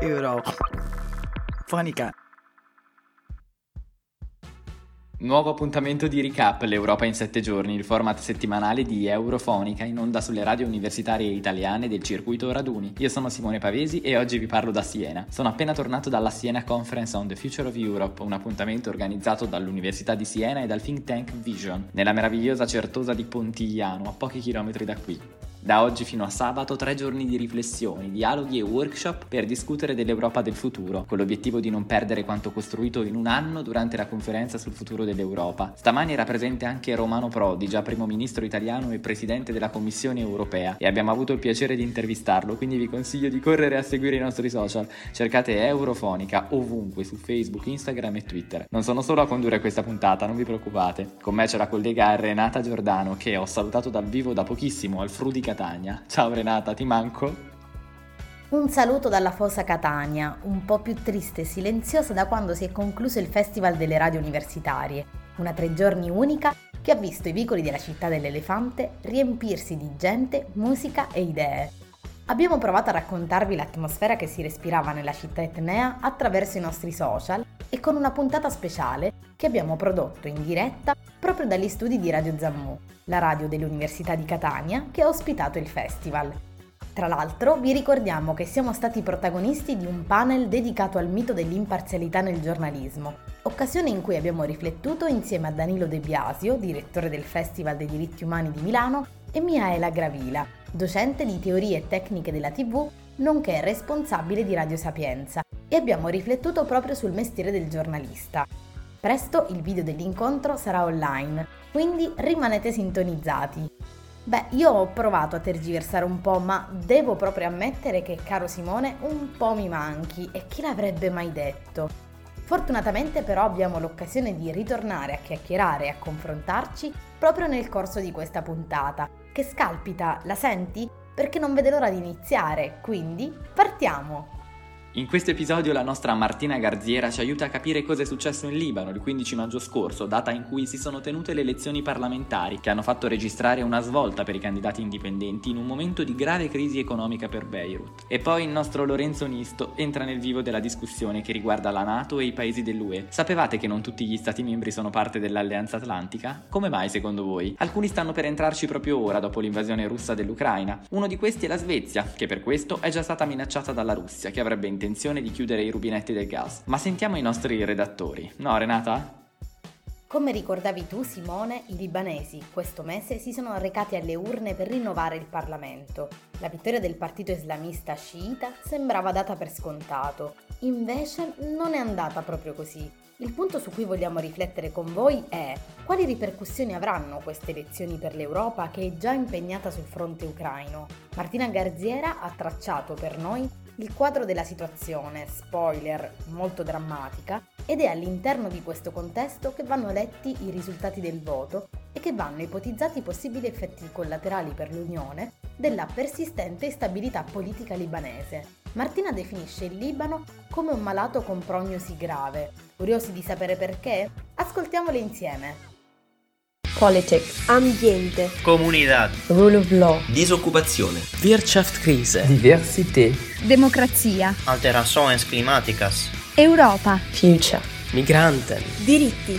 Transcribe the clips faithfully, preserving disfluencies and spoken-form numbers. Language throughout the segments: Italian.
Eurofonica. Nuovo appuntamento di Recap, l'Europa in sette giorni, il format settimanale di Eurofonica in onda sulle radio universitarie italiane del circuito Raduni. Io sono Simone Pavesi e oggi vi parlo da Siena. Sono appena tornato dalla Siena Conference on the Future of Europe, un appuntamento organizzato dall'Università di Siena e dal think tank Vision, nella meravigliosa Certosa di Pontigliano, a pochi chilometri da qui. Da oggi fino a sabato tre giorni di riflessioni, dialoghi e workshop per discutere dell'Europa del futuro, con l'obiettivo di non perdere quanto costruito in un anno durante la conferenza sul futuro dell'Europa. Stamani era presente anche Romano Prodi, già primo ministro italiano e presidente della Commissione europea, e abbiamo avuto il piacere di intervistarlo, quindi vi consiglio di correre a seguire i nostri social. Cercate Eurofonica ovunque su Facebook, Instagram e Twitter. Non sono solo a condurre questa puntata, non vi preoccupate. Con me c'è la collega Renata Giordano, che ho salutato dal vivo da pochissimo al Fru di Catania. Ciao Renata, ti manco? Un saluto dalla fosa Catania, un po' più triste e silenziosa da quando si è concluso il Festival delle Radio Universitarie, una tre giorni unica che ha visto i vicoli della città dell'elefante riempirsi di gente, musica e idee. Abbiamo provato a raccontarvi l'atmosfera che si respirava nella città etnea attraverso i nostri social e con una puntata speciale che abbiamo prodotto in diretta proprio dagli studi di Radio Zammu, la radio dell'Università di Catania che ha ospitato il festival. Tra l'altro vi ricordiamo che siamo stati protagonisti di un panel dedicato al mito dell'imparzialità nel giornalismo, occasione in cui abbiamo riflettuto insieme a Danilo De Biasio, direttore del Festival dei diritti umani di Milano, e Mihaela Gravila, docente di teorie e tecniche della tivù, nonché responsabile di Radio Sapienza, e abbiamo riflettuto proprio sul mestiere del giornalista. Presto il video dell'incontro sarà online, quindi rimanete sintonizzati. Beh, io ho provato a tergiversare un po', ma devo proprio ammettere che, caro Simone, un po' mi manchi, e chi l'avrebbe mai detto? Fortunatamente però abbiamo l'occasione di ritornare a chiacchierare e a confrontarci proprio nel corso di questa puntata, che scalpita, la senti? Perché non vede l'ora di iniziare, quindi partiamo! In questo episodio la nostra Martina Garziera ci aiuta a capire cosa è successo in Libano il quindici maggio scorso, data in cui si sono tenute le elezioni parlamentari che hanno fatto registrare una svolta per i candidati indipendenti in un momento di grave crisi economica per Beirut. E poi il nostro Lorenzo Nisto entra nel vivo della discussione che riguarda la NATO e i paesi dell'U E. Sapevate che non tutti gli stati membri sono parte dell'Alleanza Atlantica? Come mai secondo voi? Alcuni stanno per entrarci proprio ora dopo l'invasione russa dell'Ucraina. Uno di questi è la Svezia, che per questo è già stata minacciata dalla Russia, che avrebbe intenzione di chiudere i rubinetti del gas. Ma sentiamo i nostri redattori. No, Renata? Come ricordavi tu, Simone, i libanesi questo mese si sono recati alle urne per rinnovare il Parlamento. La vittoria del partito islamista sciita sembrava data per scontato. Invece non è andata proprio così. Il punto su cui vogliamo riflettere con voi è: quali ripercussioni avranno queste elezioni per l'Europa che è già impegnata sul fronte ucraino? Martina Garziera ha tracciato per noi il quadro della situazione, spoiler, molto drammatica, ed è all'interno di questo contesto che vanno letti i risultati del voto e che vanno ipotizzati possibili effetti collaterali per l'Unione della persistente instabilità politica libanese. Martina definisce il Libano come un malato con prognosi grave. Curiosi di sapere perché? Ascoltiamole insieme. Politics, ambiente, comunità, rule of law, disoccupazione, Wirtschaftskrise, diversità, democrazia, alterações climáticas, Europa, future, migranten, diritti.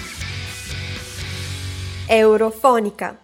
Eurofonica.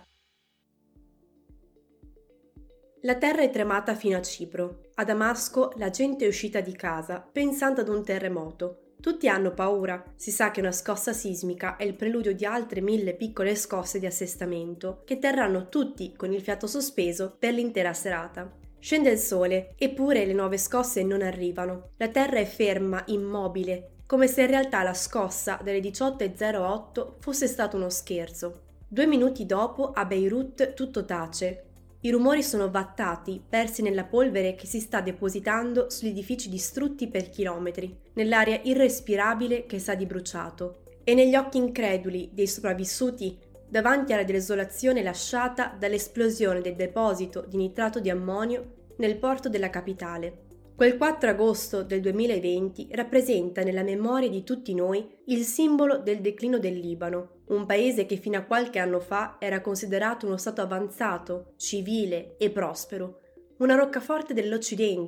La terra è tremata fino a Cipro. A Damasco la gente è uscita di casa pensando ad un terremoto. Tutti hanno paura. Si sa che una scossa sismica è il preludio di altre mille piccole scosse di assestamento che terranno tutti con il fiato sospeso per l'intera serata. Scende il sole, eppure le nuove scosse non arrivano. La terra è ferma, immobile, come se in realtà la scossa delle diciotto e zero otto fosse stato uno scherzo. Due minuti dopo, a Beirut tutto tace. I rumori sono vattati, persi nella polvere che si sta depositando sugli edifici distrutti per chilometri, nell'aria irrespirabile che sa di bruciato, e negli occhi increduli dei sopravvissuti davanti alla desolazione lasciata dall'esplosione del deposito di nitrato di ammonio nel porto della capitale. Quel quattro agosto del duemilaventi rappresenta nella memoria di tutti noi il simbolo del declino del Libano, un paese che fino a qualche anno fa era considerato uno stato avanzato, civile e prospero, una roccaforte dell'Occidente,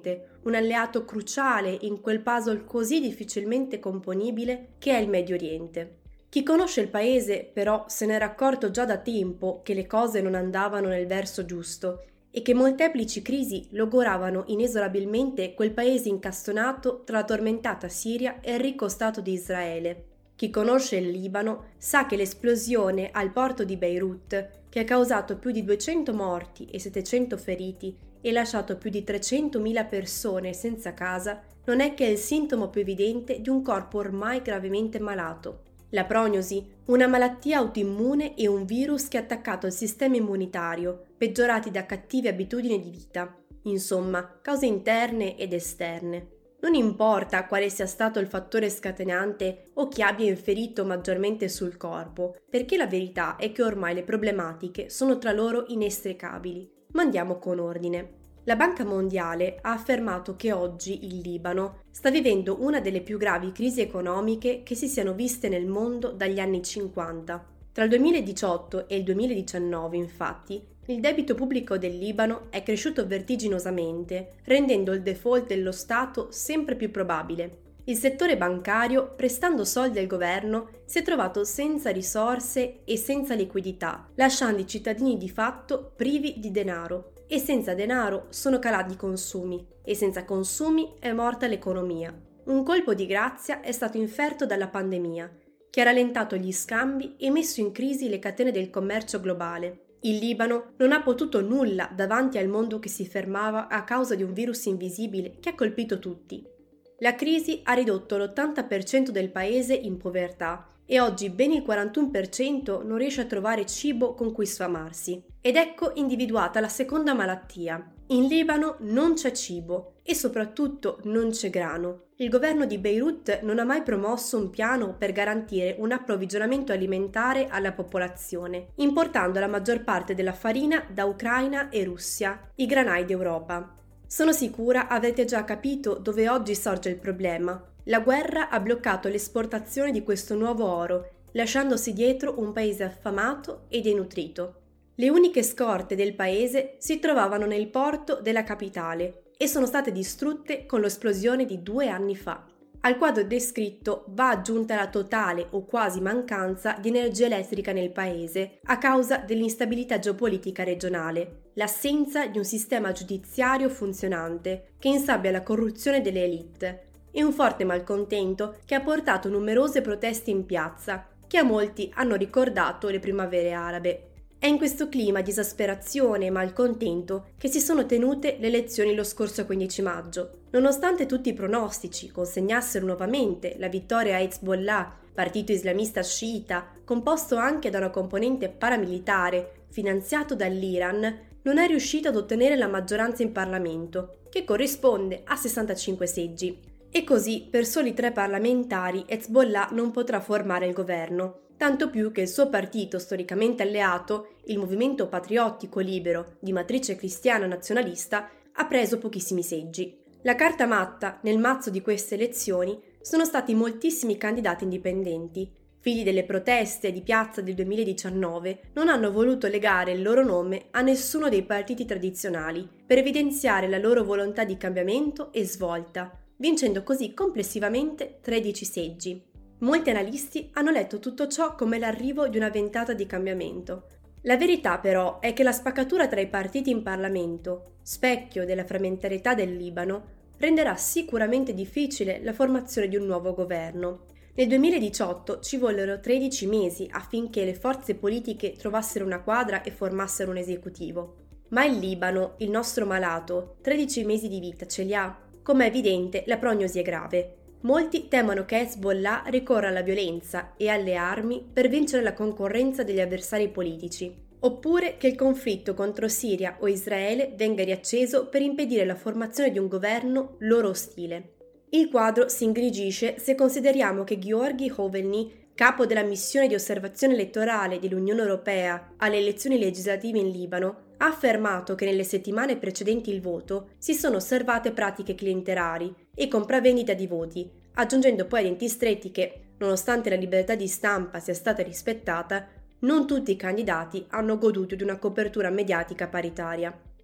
un alleato cruciale in quel puzzle così difficilmente componibile che è il Medio Oriente. Chi conosce il paese, però, se n'era accorto già da tempo che le cose non andavano nel verso giusto e che molteplici crisi logoravano inesorabilmente quel paese incastonato tra la tormentata Siria e il ricco Stato di Israele. Chi conosce il Libano sa che l'esplosione al porto di Beirut, che ha causato più di duecento morti e settecento feriti e lasciato più di trecentomila persone senza casa, non è che il sintomo più evidente di un corpo ormai gravemente malato. La prognosi, una malattia autoimmune e un virus che ha attaccato il sistema immunitario, peggiorati da cattive abitudini di vita. Insomma, cause interne ed esterne. Non importa quale sia stato il fattore scatenante o chi abbia inferito maggiormente sul corpo, perché la verità è che ormai le problematiche sono tra loro inestricabili. Ma andiamo con ordine. La Banca Mondiale ha affermato che oggi il Libano sta vivendo una delle più gravi crisi economiche che si siano viste nel mondo dagli anni cinquanta. Tra il duemiladiciotto e il duemiladiciannove, infatti, il debito pubblico del Libano è cresciuto vertiginosamente, rendendo il default dello Stato sempre più probabile. Il settore bancario, prestando soldi al governo, si è trovato senza risorse e senza liquidità, lasciando i cittadini di fatto privi di denaro. E senza denaro sono calati i consumi, e senza consumi è morta l'economia. Un colpo di grazia è stato inferto dalla pandemia, che ha rallentato gli scambi e messo in crisi le catene del commercio globale. Il Libano non ha potuto nulla davanti al mondo che si fermava a causa di un virus invisibile che ha colpito tutti. La crisi ha ridotto l'ottanta per cento del paese in povertà e oggi ben il quarantuno per cento non riesce a trovare cibo con cui sfamarsi. Ed ecco individuata la seconda malattia. In Libano non c'è cibo e soprattutto non c'è grano. Il governo di Beirut non ha mai promosso un piano per garantire un approvvigionamento alimentare alla popolazione, importando la maggior parte della farina da Ucraina e Russia, i granai d'Europa. Sono sicura avrete già capito dove oggi sorge il problema. La guerra ha bloccato l'esportazione di questo nuovo oro, lasciandosi dietro un paese affamato e denutrito. Le uniche scorte del paese si trovavano nel porto della capitale e sono state distrutte con l'esplosione di due anni fa. Al quadro descritto va aggiunta la totale o quasi mancanza di energia elettrica nel paese a causa dell'instabilità geopolitica regionale, l'assenza di un sistema giudiziario funzionante che insabbia la corruzione delle elite e un forte malcontento che ha portato numerose proteste in piazza, che a molti hanno ricordato le primavere arabe. È in questo clima di esasperazione e malcontento che si sono tenute le elezioni lo scorso quindici maggio. Nonostante tutti i pronostici consegnassero nuovamente la vittoria a Hezbollah, partito islamista sciita, composto anche da una componente paramilitare, finanziato dall'Iran, non è riuscito ad ottenere la maggioranza in Parlamento, che corrisponde a sessantacinque seggi. E così, per soli tre parlamentari, Hezbollah non potrà formare il governo. Tanto più che il suo partito storicamente alleato, il Movimento Patriottico Libero di matrice cristiana nazionalista, ha preso pochissimi seggi. La carta matta nel mazzo di queste elezioni sono stati moltissimi candidati indipendenti. Figli delle proteste di piazza del duemiladiciannove, non hanno voluto legare il loro nome a nessuno dei partiti tradizionali per evidenziare la loro volontà di cambiamento e svolta, vincendo così complessivamente tredici seggi. Molti analisti hanno letto tutto ciò come l'arrivo di una ventata di cambiamento. La verità però è che la spaccatura tra i partiti in Parlamento, specchio della frammentarietà del Libano, renderà sicuramente difficile la formazione di un nuovo governo. Nel duemiladiciotto ci vollero tredici mesi affinché le forze politiche trovassero una quadra e formassero un esecutivo. Ma il Libano, il nostro malato, tredici mesi di vita ce li ha? Come è evidente, la prognosi è grave. Molti temono che Hezbollah ricorra alla violenza e alle armi per vincere la concorrenza degli avversari politici, oppure che il conflitto contro Siria o Israele venga riacceso per impedire la formazione di un governo loro ostile. Il quadro si ingrigisce se consideriamo che Gheorghi Hovelny, capo della missione di osservazione elettorale dell'Unione Europea alle elezioni legislative in Libano, ha affermato che nelle settimane precedenti il voto si sono osservate pratiche clientelari e compravendita di voti, aggiungendo poi a denti stretti che, nonostante la libertà di stampa sia stata rispettata, non tutti i candidati hanno goduto di una copertura mediatica paritaria.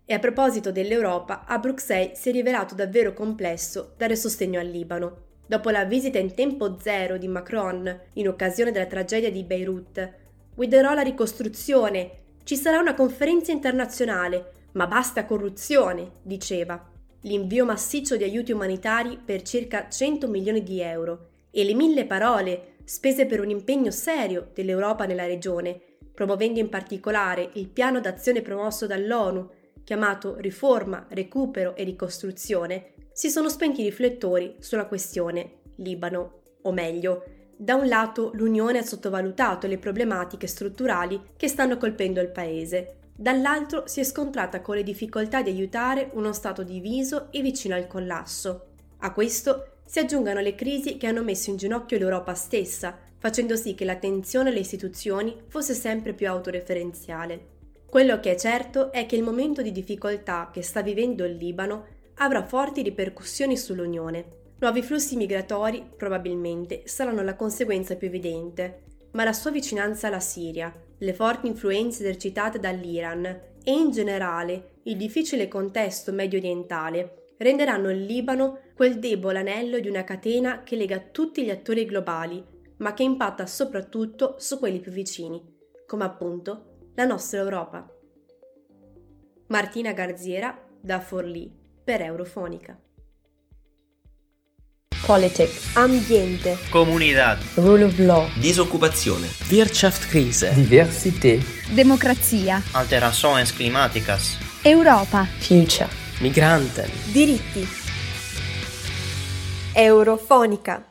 E a proposito dell'Europa, a Bruxelles si è rivelato davvero complesso dare sostegno al Libano. Dopo la visita in tempo zero di Macron in occasione della tragedia di Beirut, guiderò la ricostruzione, ci sarà una conferenza internazionale, ma basta corruzione, diceva. L'invio massiccio di aiuti umanitari per circa cento milioni di euro e le mille parole spese per un impegno serio dell'Europa nella regione, promuovendo in particolare il piano d'azione promosso dall'ONU, chiamato Riforma, Recupero e Ricostruzione, si sono spenti i riflettori sulla questione Libano, o meglio, da un lato l'Unione ha sottovalutato le problematiche strutturali che stanno colpendo il paese, dall'altro si è scontrata con le difficoltà di aiutare uno Stato diviso e vicino al collasso. A questo si aggiungano le crisi che hanno messo in ginocchio l'Europa stessa, facendo sì che l'attenzione alle istituzioni fosse sempre più autoreferenziale. Quello che è certo è che il momento di difficoltà che sta vivendo il Libano avrà forti ripercussioni sull'Unione. Nuovi flussi migratori, probabilmente, saranno la conseguenza più evidente, ma la sua vicinanza alla Siria, le forti influenze esercitate dall'Iran e in generale il difficile contesto medio-orientale renderanno il Libano quel debole anello di una catena che lega tutti gli attori globali, ma che impatta soprattutto su quelli più vicini, come appunto la nostra Europa. Martina Garziera, da Forlì, per Eurofonica. Politics, Ambiente, Comunidad. Rule of Law, Disoccupazione. Wirtschaftskrise. Diversität. Democrazia. Alterações climáticas. Europa. Future. Migranten. Diritti. Eurofonica.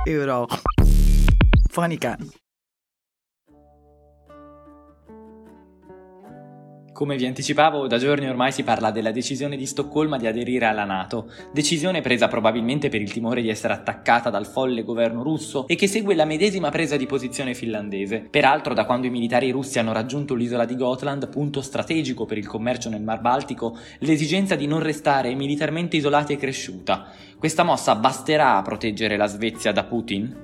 Eurofonica. Come vi anticipavo, da giorni ormai si parla della decisione di Stoccolma di aderire alla NATO, decisione presa probabilmente per il timore di essere attaccata dal folle governo russo e che segue la medesima presa di posizione finlandese. Peraltro, da quando i militari russi hanno raggiunto l'isola di Gotland, punto strategico per il commercio nel Mar Baltico, l'esigenza di non restare militarmente isolati è cresciuta. Questa mossa basterà a proteggere la Svezia da Putin?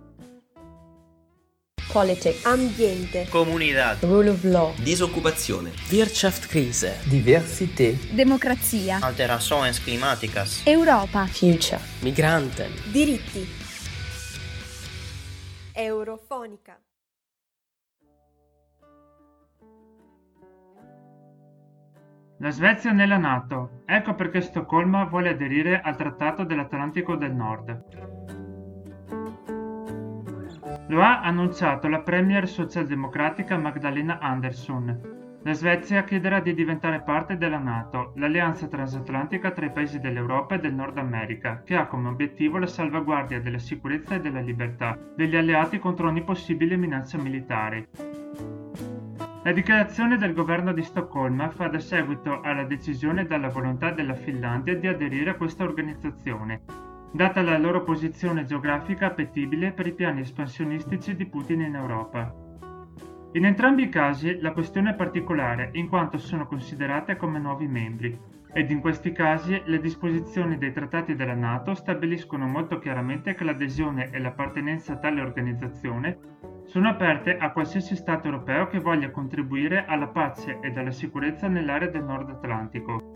Politics, ambiente, Comunità. Rule of law. Disoccupazione. Wirtschaftskrise. Diversität. Democrazia. Alterações climáticas. Europa. Future. Migranten. diritti. Eurofonica. La Svezia nella NATO. Ecco perché Stoccolma vuole aderire al Trattato dell'Atlantico del Nord. Lo ha annunciato la premier socialdemocratica Magdalena Andersson. La Svezia chiederà di diventare parte della NATO, l'alleanza transatlantica tra i paesi dell'Europa e del Nord America, che ha come obiettivo la salvaguardia della sicurezza e della libertà degli alleati contro ogni possibile minaccia militare. La dichiarazione del governo di Stoccolma fa da seguito alla decisione dalla volontà della Finlandia di aderire a questa organizzazione, data la loro posizione geografica appetibile per i piani espansionistici di Putin in Europa. In entrambi i casi la questione è particolare in quanto sono considerate come nuovi membri, ed in questi casi le disposizioni dei trattati della NATO stabiliscono molto chiaramente che l'adesione e l'appartenenza a tale organizzazione sono aperte a qualsiasi Stato europeo che voglia contribuire alla pace e alla sicurezza nell'area del Nord Atlantico.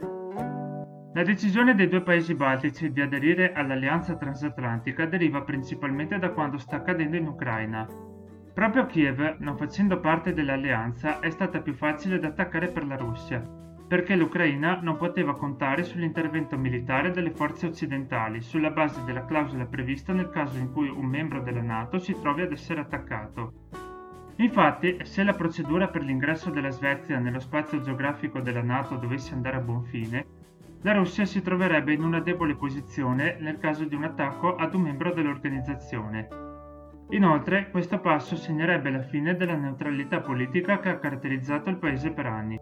La decisione dei due paesi baltici di aderire all'alleanza transatlantica deriva principalmente da quanto sta accadendo in Ucraina. Proprio Kiev, non facendo parte dell'alleanza, è stata più facile da attaccare per la Russia, perché l'Ucraina non poteva contare sull'intervento militare delle forze occidentali sulla base della clausola prevista nel caso in cui un membro della NATO si trovi ad essere attaccato. Infatti, se la procedura per l'ingresso della Svezia nello spazio geografico della NATO dovesse andare a buon fine, la Russia si troverebbe in una debole posizione nel caso di un attacco ad un membro dell'organizzazione. Inoltre, questo passo segnerebbe la fine della neutralità politica che ha caratterizzato il paese per anni.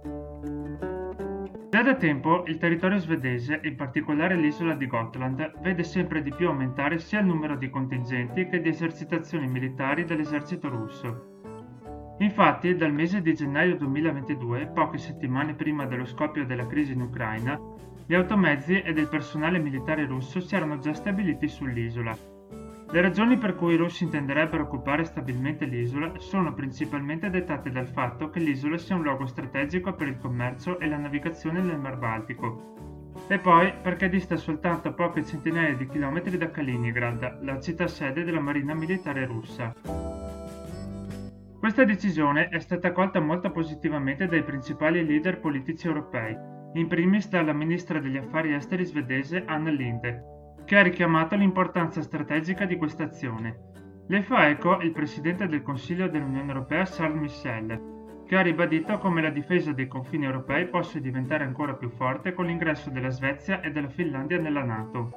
Già da tempo il territorio svedese, in particolare l'isola di Gotland, vede sempre di più aumentare sia il numero di contingenti che di esercitazioni militari dell'esercito russo. Infatti, dal mese di gennaio duemilaventidue, poche settimane prima dello scoppio della crisi in Ucraina, gli automezzi ed il personale militare russo si erano già stabiliti sull'isola. Le ragioni per cui i russi intenderebbero occupare stabilmente l'isola sono principalmente dettate dal fatto che l'isola sia un luogo strategico per il commercio e la navigazione nel Mar Baltico. E poi perché dista soltanto poche centinaia di chilometri da Kaliningrad, la città sede della Marina Militare russa. Questa decisione è stata accolta molto positivamente dai principali leader politici europei, in primis dalla ministra degli affari esteri svedese Ann Linde, che ha richiamato l'importanza strategica di questa azione. Le fa eco il presidente del Consiglio dell'Unione Europea Charles Michel, che ha ribadito come la difesa dei confini europei possa diventare ancora più forte con l'ingresso della Svezia e della Finlandia nella NATO.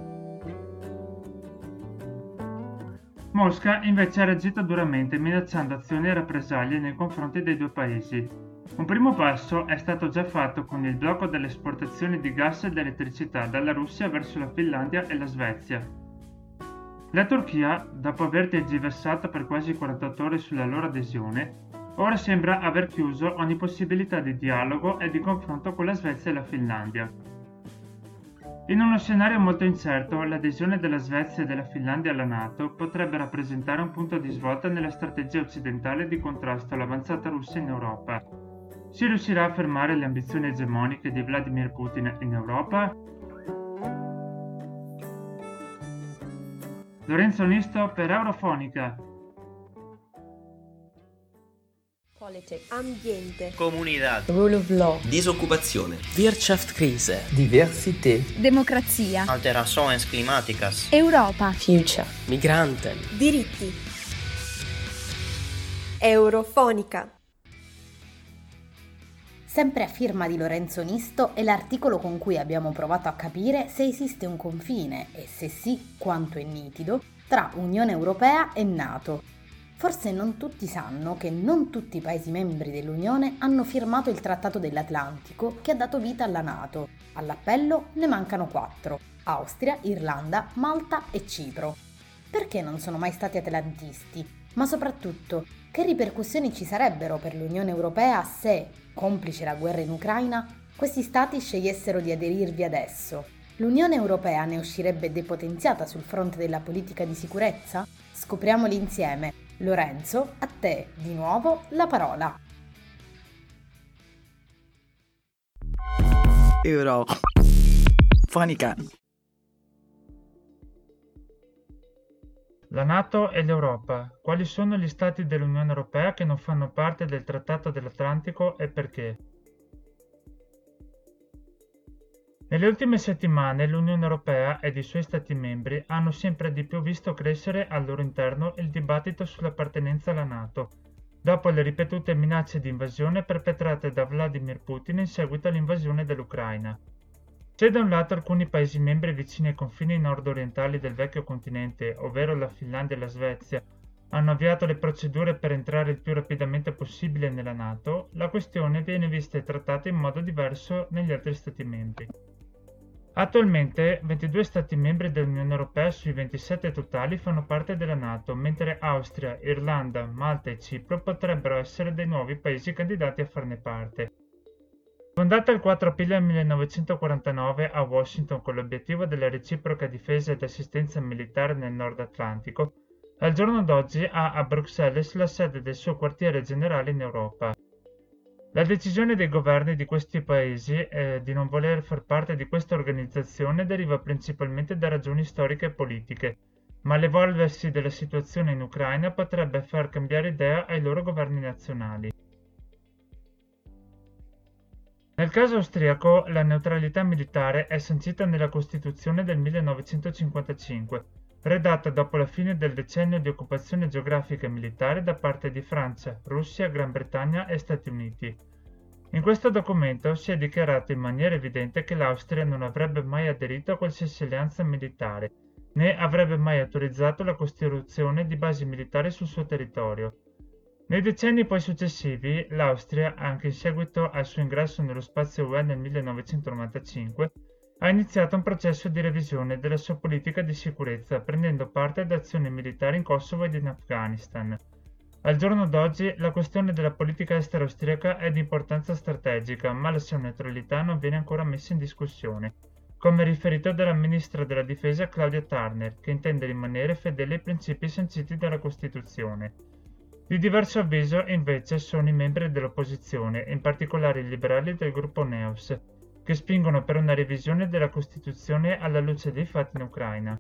Mosca invece ha reagito duramente minacciando azioni e rappresaglie nei confronti dei due paesi. Un primo passo è stato già fatto con il blocco delle esportazioni di gas ed elettricità dalla Russia verso la Finlandia e la Svezia. La Turchia, dopo aver tergiversato per quasi quarantotto ore sulla loro adesione, ora sembra aver chiuso ogni possibilità di dialogo e di confronto con la Svezia e la Finlandia. In uno scenario molto incerto, l'adesione della Svezia e della Finlandia alla NATO potrebbe rappresentare un punto di svolta nella strategia occidentale di contrasto all'avanzata Russia in Europa. Si riuscirà a fermare le ambizioni egemoniche di Vladimir Putin in Europa? Lorenzo Nisto per Eurofonica. Politics, ambiente, Comunità. Rule of law. Disoccupazione. Wirtschaftskrise. Diversität. Democrazia. Alterações climáticas. Europa. Future. Migranten. diritti. Eurofonica. Sempre a firma di Lorenzo Nisto è l'articolo con cui abbiamo provato a capire se esiste un confine, e se sì, quanto è nitido, tra Unione Europea e NATO. Forse non tutti sanno che non tutti i Paesi membri dell'Unione hanno firmato il Trattato dell'Atlantico che ha dato vita alla NATO. All'appello ne mancano quattro: Austria, Irlanda, Malta e Cipro. Perché non sono mai stati atlantisti? Ma soprattutto, che ripercussioni ci sarebbero per l'Unione Europea se, complice la guerra in Ucraina, questi stati scegliessero di aderirvi adesso? L'Unione Europea ne uscirebbe depotenziata sul fronte della politica di sicurezza? Scopriamoli insieme. Lorenzo, a te di nuovo la parola. Eurofonica. La NATO e l'Europa. Quali sono gli stati dell'Unione Europea che non fanno parte del Trattato dell'Atlantico e perché? Nelle ultime settimane l'Unione Europea ed i suoi Stati membri hanno sempre di più visto crescere al loro interno il dibattito sull'appartenenza alla NATO, dopo le ripetute minacce di invasione perpetrate da Vladimir Putin in seguito all'invasione dell'Ucraina. Se da un lato alcuni Paesi membri vicini ai confini nord-orientali del vecchio continente, ovvero la Finlandia e la Svezia, hanno avviato le procedure per entrare il più rapidamente possibile nella NATO, la questione viene vista e trattata in modo diverso negli altri Stati membri. Attualmente ventidue Stati membri dell'Unione Europea sui ventisette totali fanno parte della NATO, mentre Austria, Irlanda, Malta e Cipro potrebbero essere dei nuovi Paesi candidati a farne parte. Fondata il quattro aprile millenovecentoquarantanove a Washington con l'obiettivo della reciproca difesa ed assistenza militare nel Nord Atlantico, al giorno d'oggi ha a Bruxelles la sede del suo quartiere generale in Europa. La decisione dei governi di questi paesi eh, di non voler far parte di questa organizzazione deriva principalmente da ragioni storiche e politiche, ma l'evolversi della situazione in Ucraina potrebbe far cambiare idea ai loro governi nazionali. Nel caso austriaco, la neutralità militare è sancita nella Costituzione del millenovecentocinquantacinque, redatta dopo la fine del decennio di occupazione geografica e militare da parte di Francia, Russia, Gran Bretagna e Stati Uniti. In questo documento si è dichiarato in maniera evidente che l'Austria non avrebbe mai aderito a qualsiasi alleanza militare, né avrebbe mai autorizzato la costruzione di basi militari sul suo territorio. Nei decenni poi successivi, l'Austria, anche in seguito al suo ingresso nello spazio U E nel millenovecentonovantacinque, ha iniziato un processo di revisione della sua politica di sicurezza, prendendo parte ad azioni militari in Kosovo ed in Afghanistan. Al giorno d'oggi la questione della politica estera austriaca è di importanza strategica, ma la sua neutralità non viene ancora messa in discussione, come riferito dalla ministra della difesa Claudia Turner, che intende rimanere fedele ai principi sanciti dalla Costituzione. Di diverso avviso invece sono i membri dell'opposizione, in particolare i liberali del gruppo Neos, che spingono per una revisione della Costituzione alla luce dei fatti in Ucraina.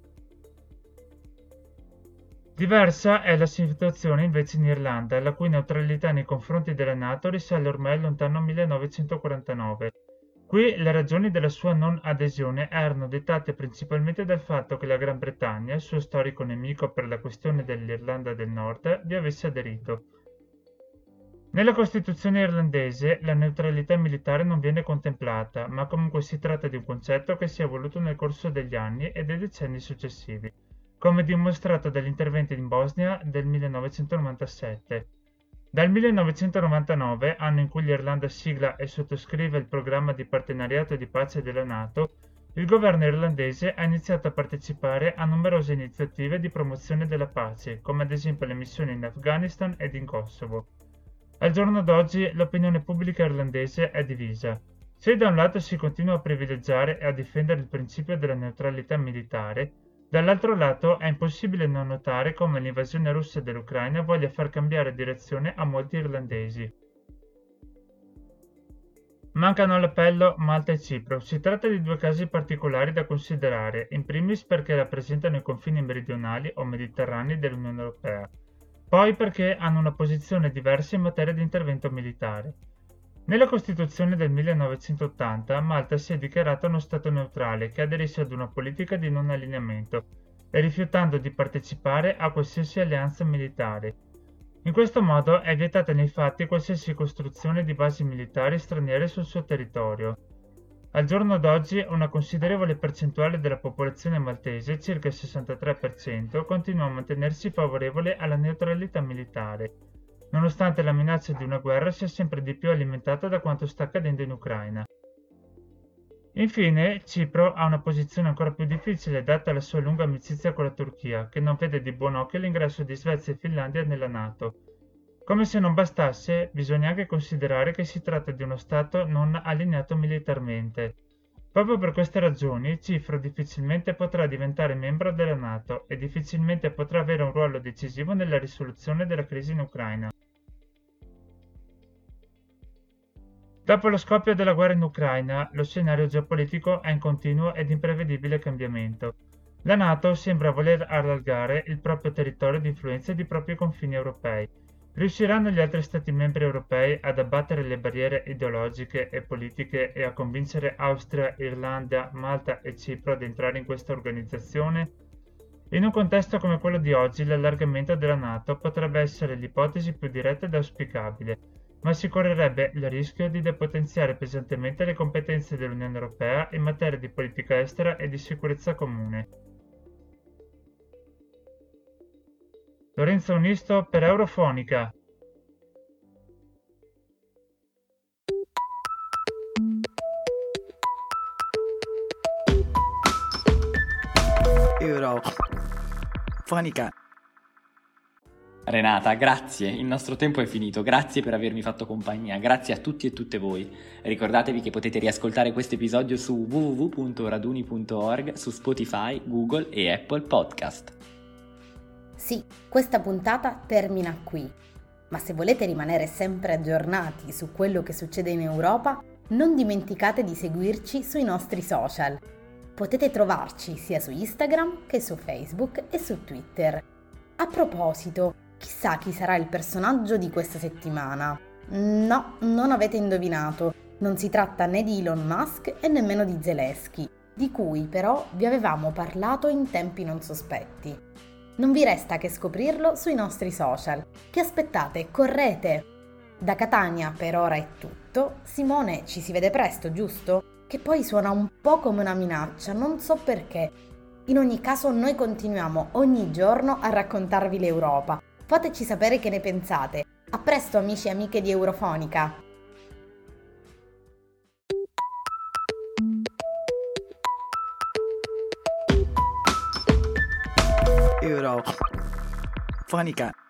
Diversa è la situazione invece in Irlanda, la cui neutralità nei confronti della NATO risale ormai al lontano millenovecentoquarantanove. Qui le ragioni della sua non adesione erano dettate principalmente dal fatto che la Gran Bretagna, suo storico nemico per la questione dell'Irlanda del Nord, vi avesse aderito. Nella Costituzione irlandese la neutralità militare non viene contemplata, ma comunque si tratta di un concetto che si è evoluto nel corso degli anni e dei decenni successivi, come dimostrato dagli interventi in Bosnia del millenovecentonovantasette. Dal millenovecentonovantanove, anno in cui l'Irlanda sigla e sottoscrive il programma di partenariato e di pace della NATO, il governo irlandese ha iniziato a partecipare a numerose iniziative di promozione della pace, come ad esempio le missioni in Afghanistan ed in Kosovo. Al giorno d'oggi l'opinione pubblica irlandese è divisa. Se da un lato si continua a privilegiare e a difendere il principio della neutralità militare, dall'altro lato è impossibile non notare come l'invasione russa dell'Ucraina voglia far cambiare direzione a molti irlandesi. Mancano all'appello Malta e Cipro. Si tratta di due casi particolari da considerare, in primis perché rappresentano i confini meridionali o mediterranei dell'Unione Europea, poi perché hanno una posizione diversa in materia di intervento militare. Nella Costituzione del millenovecentottanta Malta si è dichiarata uno Stato neutrale che aderisce ad una politica di non allineamento e rifiutando di partecipare a qualsiasi alleanza militare. In questo modo è vietata nei fatti qualsiasi costruzione di basi militari straniere sul suo territorio. Al giorno d'oggi una considerevole percentuale della popolazione maltese, circa il sessantatré per cento, continua a mantenersi favorevole alla neutralità militare, nonostante la minaccia di una guerra sia sempre di più alimentata da quanto sta accadendo in Ucraina. Infine, Cipro ha una posizione ancora più difficile data la sua lunga amicizia con la Turchia, che non vede di buon occhio l'ingresso di Svezia e Finlandia nella NATO. Come se non bastasse, bisogna anche considerare che si tratta di uno Stato non allineato militarmente. Proprio per queste ragioni, Cipro difficilmente potrà diventare membro della NATO e difficilmente potrà avere un ruolo decisivo nella risoluzione della crisi in Ucraina. Dopo lo scoppio della guerra in Ucraina, lo scenario geopolitico è in continuo ed imprevedibile cambiamento. La NATO sembra voler allargare il proprio territorio di influenza e i propri confini europei. Riusciranno gli altri Stati membri europei ad abbattere le barriere ideologiche e politiche e a convincere Austria, Irlanda, Malta e Cipro ad entrare in questa organizzazione? In un contesto come quello di oggi, l'allargamento della NATO potrebbe essere l'ipotesi più diretta ed auspicabile, ma si correrebbe il rischio di depotenziare pesantemente le competenze dell'Unione Europea in materia di politica estera e di sicurezza comune. Lorenzo Unisto per Eurofonica. Eurofonica. Renata, grazie, il nostro tempo è finito, grazie per avermi fatto compagnia, grazie a tutti e tutte voi. Ricordatevi che potete riascoltare questo episodio su w w w punto raduni punto org, su Spotify, Google e Apple Podcast. Sì, questa puntata termina qui, ma se volete rimanere sempre aggiornati su quello che succede in Europa, non dimenticate di seguirci sui nostri social. Potete trovarci sia su Instagram che su Facebook e su Twitter. A proposito, chissà chi sarà il personaggio di questa settimana. No, non avete indovinato, non si tratta né di Elon Musk e nemmeno di Zelensky, di cui però vi avevamo parlato in tempi non sospetti. Non vi resta che scoprirlo sui nostri social. Che aspettate? Correte! Da Catania per ora è tutto. Simone, ci si vede presto, giusto? Che poi suona un po' come una minaccia, non so perché. In ogni caso noi continuiamo ogni giorno a raccontarvi l'Europa. Fateci sapere che ne pensate. A presto amici e amiche di Eurofonica! Eurofonica.